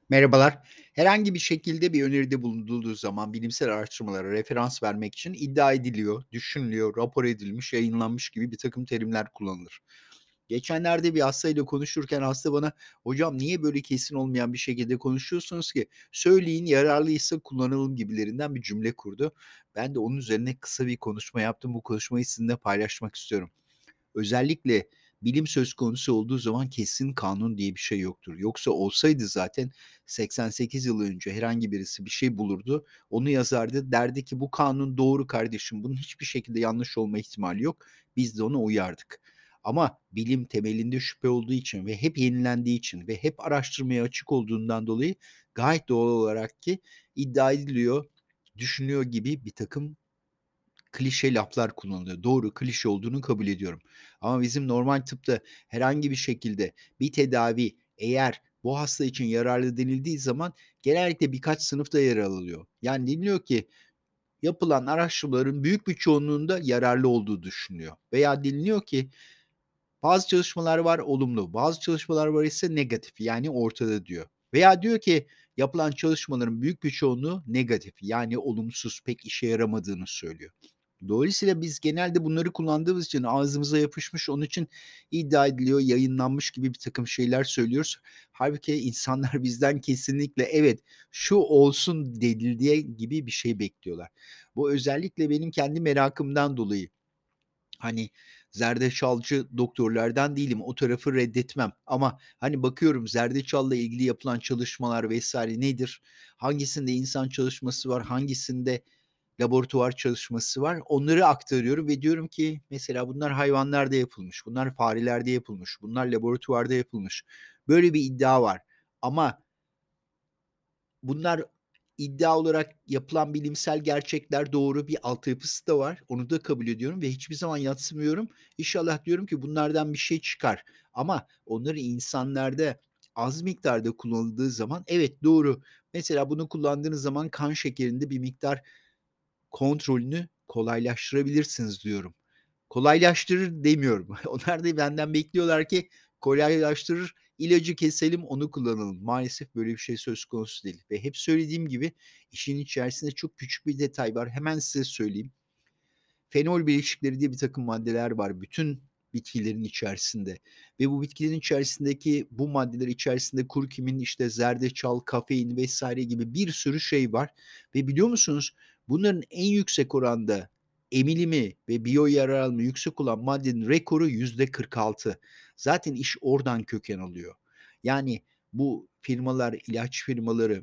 Merhabalar. Herhangi bir şekilde bir öneride bulunulduğu zaman bilimsel araştırmalara referans vermek için iddia ediliyor, düşünülüyor, rapor edilmiş, yayınlanmış gibi bir takım terimler kullanılır. Geçenlerde bir hastayla konuşurken hasta bana, "Hocam niye böyle kesin olmayan bir şekilde konuşuyorsunuz ki? Söyleyin, yararlıysa kullanalım." gibilerinden bir cümle kurdu. Ben de onun üzerine kısa bir konuşma yaptım. Bu konuşmayı sizinle paylaşmak istiyorum. Özellikle bilim söz konusu olduğu zaman kesin kanun diye bir şey yoktur. Yoksa olsaydı zaten 88 yıl önce herhangi birisi bir şey bulurdu, onu yazardı, derdi ki bu kanun doğru kardeşim, bunun hiçbir şekilde yanlış olma ihtimali yok. Biz de ona uyardık. Ama bilim temelinde şüphe olduğu için ve hep yenilendiği için ve hep araştırmaya açık olduğundan dolayı gayet doğal olarak ki iddia ediliyor, düşünülüyor gibi bir takım klişe laflar kullanılıyor. Doğru, klişe olduğunu kabul ediyorum. Ama bizim normal tıpta herhangi bir şekilde bir tedavi eğer bu hasta için yararlı denildiği zaman genellikle birkaç sınıfta yer alıyor. Yani deniliyor ki yapılan araştırmaların büyük bir çoğunluğunda yararlı olduğu düşünülüyor. Veya deniliyor ki bazı çalışmalar var olumlu, bazı çalışmalar var ise negatif yani ortada diyor. Veya diyor ki yapılan çalışmaların büyük bir çoğunluğu negatif yani olumsuz, pek işe yaramadığını söylüyor. Dolayısıyla biz genelde bunları kullandığımız için ağzımıza yapışmış, onun için iddia ediliyor, yayınlanmış gibi bir takım şeyler söylüyoruz. Hâlbuki insanlar bizden kesinlikle evet, şu olsun denildiği gibi bir şey bekliyorlar. Bu özellikle benim kendi merakımdan dolayı. Hani, zerdeçalcı doktorlardan değilim, o tarafı reddetmem ama, hani, bakıyorum zerdeçalla ilgili yapılan çalışmalar vs. nedir? Hangisinde insan çalışması var, hangisinde laboratuvar çalışması var, onları aktarıyorum ve diyorum ki mesela bunlar hayvanlarda yapılmış, bunlar farelerde yapılmış, bunlar laboratuvarda yapılmış. Böyle bir iddia var ama bunlar iddia olarak yapılan bilimsel gerçekler doğru, bir altyapısı da var. Onu da kabul ediyorum ve hiçbir zaman yadsımıyorum. İnşallah diyorum ki bunlardan bir şey çıkar ama onları insanlarda az miktarda kullanıldığı zaman evet, doğru. Mesela bunu kullandığınız zaman kan şekerinde bir miktar kontrolünü kolaylaştırabilirsiniz diyorum. Kolaylaştırır demiyorum. Onlar da benden bekliyorlar ki kolaylaştırır, ilacı keselim, onu kullanalım. Maalesef böyle bir şey söz konusu değil ve hep söylediğim gibi işin içerisinde çok küçük bir detay var. Hemen size söyleyeyim. Fenol bileşikleri diye birtakım maddeler var bütün bitkilerin içerisinde ve bu bitkilerin içerisindeki bu maddeler içerisinde kurkumin, işte, zerdeçal, kafein vs. gibi bir sürü şey var ve biliyor musunuz bunların en yüksek oranda emilimi ve biyoyararlılığı yüksek olan maddenin rekoru %46. Zaten iş oradan köken alıyor. Yani bu firmalar, ilaç firmaları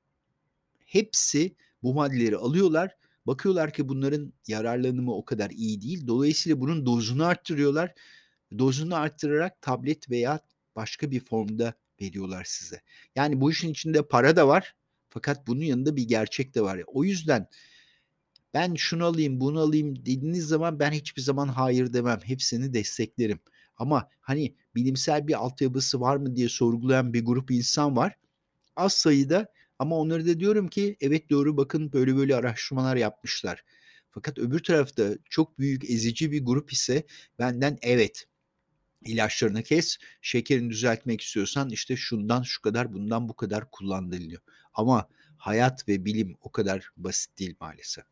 hepsi bu maddeleri alıyorlar. Bakıyorlar ki bunların yararlanımı o kadar iyi değil. Dolayısıyla bunun dozunu arttırıyorlar. Dozunu arttırarak tablet veya başka bir formda veriyorlar size. Yani bu işin içinde para da var fakat bunun yanında bir gerçek de var. O yüzden ben şunu alayım, bunu alayım dediğiniz zaman ben hiçbir zaman hayır demem. Hepsini desteklerim. Ama, hani, bilimsel bir altyapısı var mı diye sorgulayan bir grup insan var. Az sayıda ama onlara da diyorum ki, "Evet, doğru, bakın böyle böyle araştırmalar yapmışlar." Fakat öbür tarafta çok büyük, ezici bir grup ise benden, "Evet, ilaçlarını kes, şekerini düzeltmek istiyorsan, işte, şundan şu kadar, bundan bu kadar kullan." deniliyor. Ama hayat ve bilim o kadar basit değil maalesef.